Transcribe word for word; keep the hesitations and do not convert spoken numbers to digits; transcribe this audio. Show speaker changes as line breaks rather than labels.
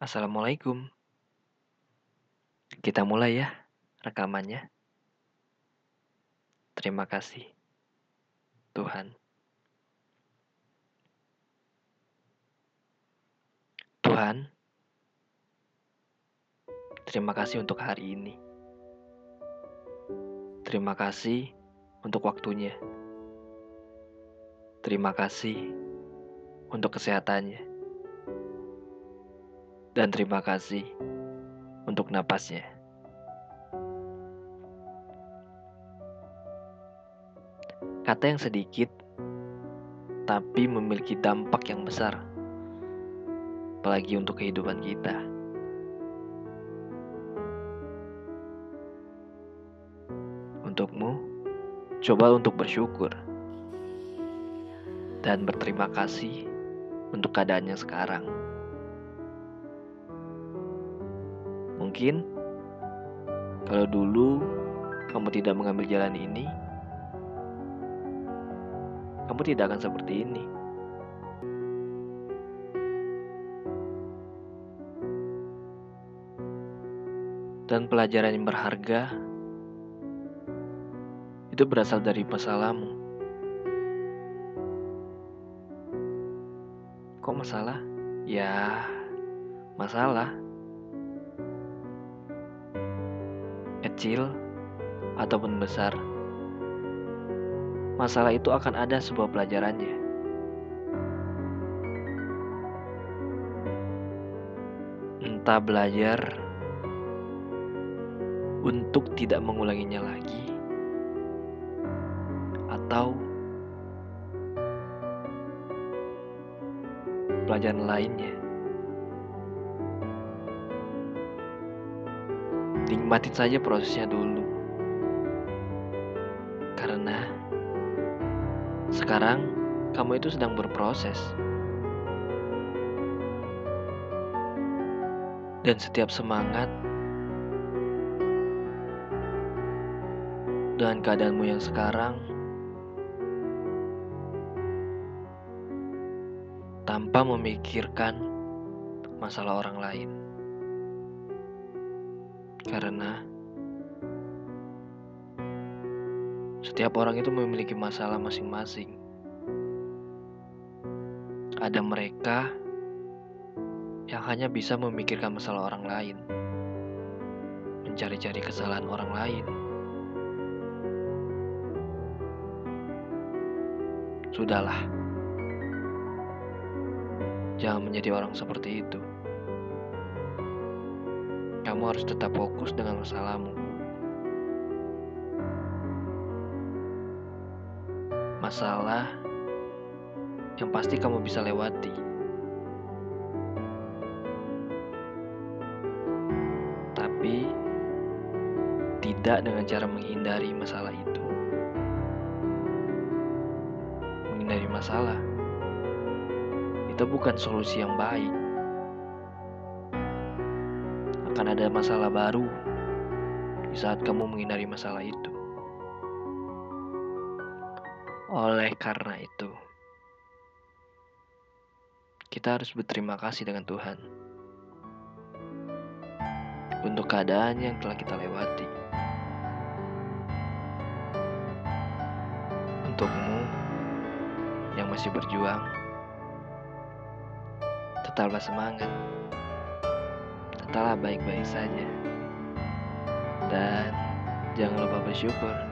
Assalamualaikum. Kita mulai ya rekamannya. Terima kasih, Tuhan. Tuhan, terima kasih untuk hari ini. Terima kasih untuk waktunya. Terima kasih untuk kesehatannya. Dan terima kasih untuk napasnya. Kata yang sedikit, tapi memiliki dampak yang besar. Apalagi untuk kehidupan kita. Untukmu, coba untuk bersyukur. Dan berterima kasih untuk keadaannya sekarang. Mungkin kalau dulu kamu tidak mengambil jalan ini, kamu tidak akan seperti ini. Dan pelajaran yang berharga itu berasal dari masalahmu. Kok masalah? Ya, masalah. Kecil ataupun besar. Masalah itu akan ada sebuah pelajarannya. Entah belajar untuk tidak mengulanginya lagi, atau pelajaran lainnya. Nikmatin saja prosesnya dulu. Karena sekarang kamu itu sedang berproses. Dan setiap semangat dengan keadaanmu yang sekarang, tanpa memikirkan masalah orang lain. Karena setiap orang itu memiliki masalah masing-masing. Ada mereka yang hanya bisa memikirkan masalah orang lain, mencari-cari kesalahan orang lain. Sudahlah, jangan menjadi orang seperti itu. Kamu harus tetap fokus dengan masalahmu. Masalah yang pasti kamu bisa lewati. Tapi tidak dengan cara menghindari masalah itu. Menghindari masalah itu bukan solusi yang baik. Akan ada masalah baru di saat kamu menghindari masalah itu. Oleh karena itu, kita harus berterima kasih dengan Tuhan untuk keadaan yang telah kita lewati. Untukmu yang masih berjuang, tetaplah semangat, tetaplah baik-baik saja, dan jangan lupa bersyukur.